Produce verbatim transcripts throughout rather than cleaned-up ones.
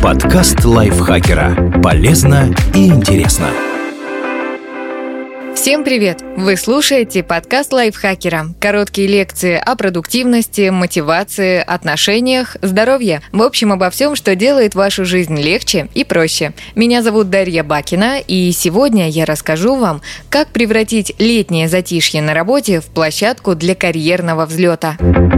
Подкаст лайфхакера. Полезно и интересно. Всем привет! Вы слушаете подкаст лайфхакера. Короткие лекции о продуктивности, мотивации, отношениях, здоровье. В общем, обо всем, что делает вашу жизнь легче и проще. Меня зовут Дарья Бакина, и сегодня я расскажу вам, как превратить летнее затишье на работе в площадку для карьерного взлета.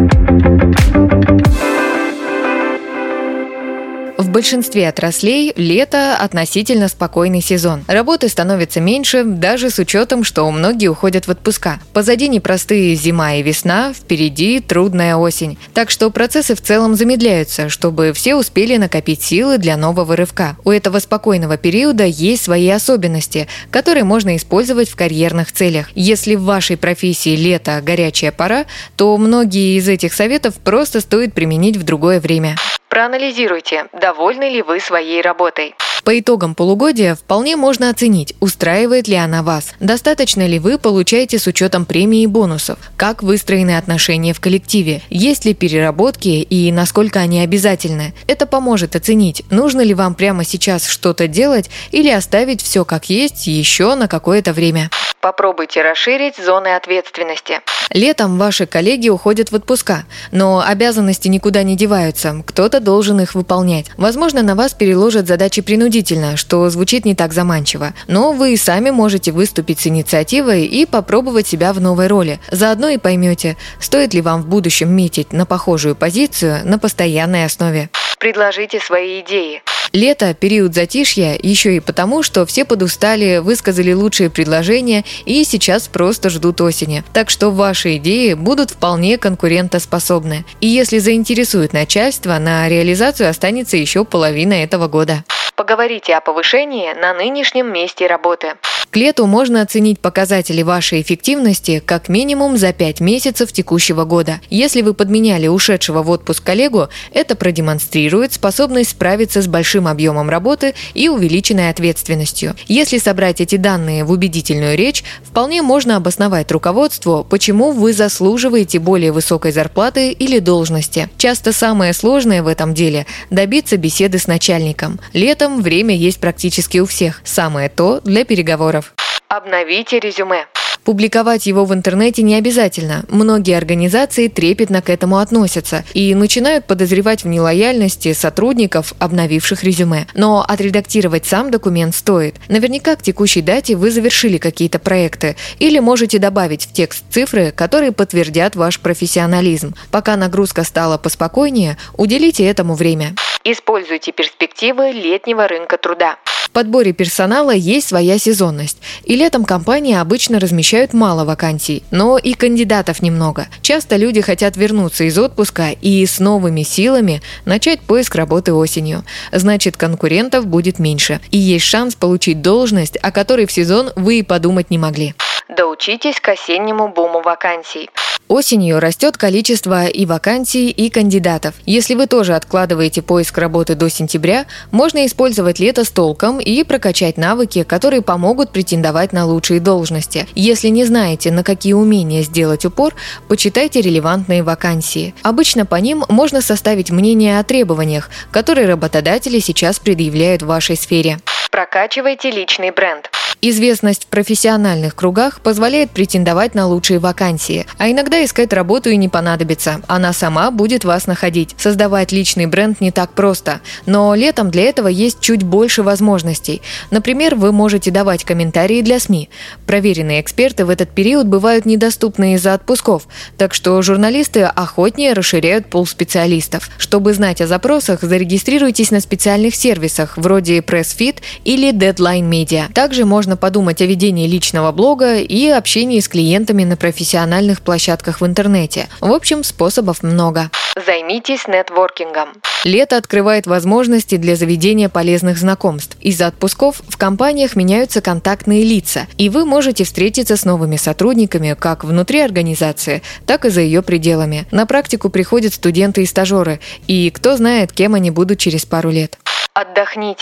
В большинстве отраслей лето – относительно спокойный сезон. Работы становится меньше, даже с учетом, что многие уходят в отпуска. Позади непростые зима и весна, впереди трудная осень. Так что процессы в целом замедляются, чтобы все успели накопить силы для нового рывка. У этого спокойного периода есть свои особенности, которые можно использовать в карьерных целях. Если в вашей профессии лето – горячая пора, то многие из этих советов просто стоит применить в другое время. Проанализируйте, довольны ли вы своей работой. По итогам полугодия вполне можно оценить, устраивает ли она вас, достаточно ли вы получаете с учетом премий и бонусов, как выстроены отношения в коллективе, есть ли переработки и насколько они обязательны. Это поможет оценить, нужно ли вам прямо сейчас что-то делать или оставить все как есть еще на какое-то время. Попробуйте расширить зоны ответственности. Летом ваши коллеги уходят в отпуска, но обязанности никуда не деваются, кто-то должен их выполнять. Возможно, на вас переложат задачи принудительно, что звучит не так заманчиво, но вы и сами можете выступить с инициативой и попробовать себя в новой роли. Заодно и поймете, стоит ли вам в будущем метить на похожую позицию на постоянной основе. Предложите свои идеи. Лето – период затишья еще и потому, что все подустали, высказали лучшие предложения и сейчас просто ждут осени. Так что ваши идеи будут вполне конкурентоспособны. И если заинтересует начальство, на реализацию останется еще половина этого года. Поговорите о повышении на нынешнем месте работы. К лету можно оценить показатели вашей эффективности как минимум за пять месяцев текущего года. Если вы подменяли ушедшего в отпуск коллегу, это продемонстрирует способность справиться с большим объемом работы и увеличенной ответственностью. Если собрать эти данные в убедительную речь, вполне можно обосновать руководству, почему вы заслуживаете более высокой зарплаты или должности. Часто самое сложное в этом деле – добиться беседы с начальником. Летом время есть практически у всех. Самое то для переговоров. Обновите резюме. Публиковать его в интернете не обязательно. Многие организации трепетно к этому относятся и начинают подозревать в нелояльности сотрудников, обновивших резюме. Но отредактировать сам документ стоит. Наверняка к текущей дате вы завершили какие-то проекты или можете добавить в текст цифры, которые подтвердят ваш профессионализм. Пока нагрузка стала поспокойнее, уделите этому время. Используйте перспективы летнего рынка труда. В подборе персонала есть своя сезонность, и летом компании обычно размещают мало вакансий, но и кандидатов немного. Часто люди хотят вернуться из отпуска и с новыми силами начать поиск работы осенью. Значит, конкурентов будет меньше, и есть шанс получить должность, о которой в сезон вы и подумать не могли. Доучитесь к осеннему буму вакансий. Осенью растет количество и вакансий, и кандидатов. Если вы тоже откладываете поиск работы до сентября, можно использовать лето с толком и прокачать навыки, которые помогут претендовать на лучшие должности. Если не знаете, на какие умения сделать упор, почитайте релевантные вакансии. Обычно по ним можно составить мнение о требованиях, которые работодатели сейчас предъявляют в вашей сфере. Прокачивайте личный бренд. Известность в профессиональных кругах позволяет претендовать на лучшие вакансии, а иногда искать работу и не понадобится, она сама будет вас находить. Создавать личный бренд не так просто, но летом для этого есть чуть больше возможностей. Например, вы можете давать комментарии для СМИ. Проверенные эксперты в этот период бывают недоступны из-за отпусков, так что журналисты охотнее расширяют пул специалистов. Чтобы знать о запросах, зарегистрируйтесь на специальных сервисах вроде PressFit или Deadline Media. Также можно подумать о ведении личного блога и общении с клиентами на профессиональных площадках в интернете. В общем, способов много. Займитесь нетворкингом. Лето открывает возможности для заведения полезных знакомств. Из-за отпусков в компаниях меняются контактные лица, и вы можете встретиться с новыми сотрудниками как внутри организации, так и за ее пределами. На практику приходят студенты и стажеры, и кто знает, кем они будут через пару лет. Отдохните.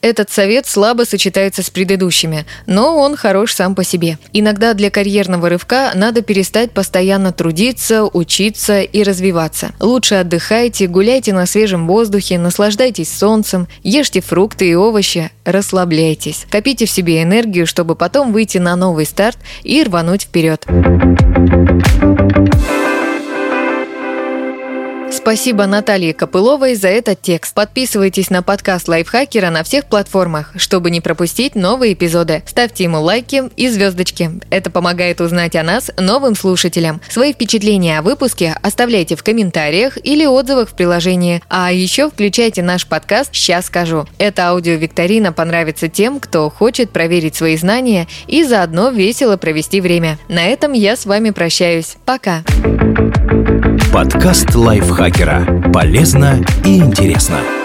Этот совет слабо сочетается с предыдущими, но он хорош сам по себе. Иногда для карьерного рывка надо перестать постоянно трудиться, учиться и развиваться. Лучше отдыхайте, гуляйте на свежем воздухе, наслаждайтесь солнцем, ешьте фрукты и овощи, расслабляйтесь. Копите в себе энергию, чтобы потом выйти на новый старт и рвануть вперед. Спасибо Наталье Копыловой за этот текст. Подписывайтесь на подкаст Лайфхакера на всех платформах, чтобы не пропустить новые эпизоды. Ставьте ему лайки и звездочки. Это помогает узнать о нас новым слушателям. Свои впечатления о выпуске оставляйте в комментариях или отзывах в приложении. А еще включайте наш подкаст «Щас скажу». Эта аудиовикторина понравится тем, кто хочет проверить свои знания и заодно весело провести время. На этом я с вами прощаюсь. Пока! Подкаст Лайфхакера. Полезно и интересно.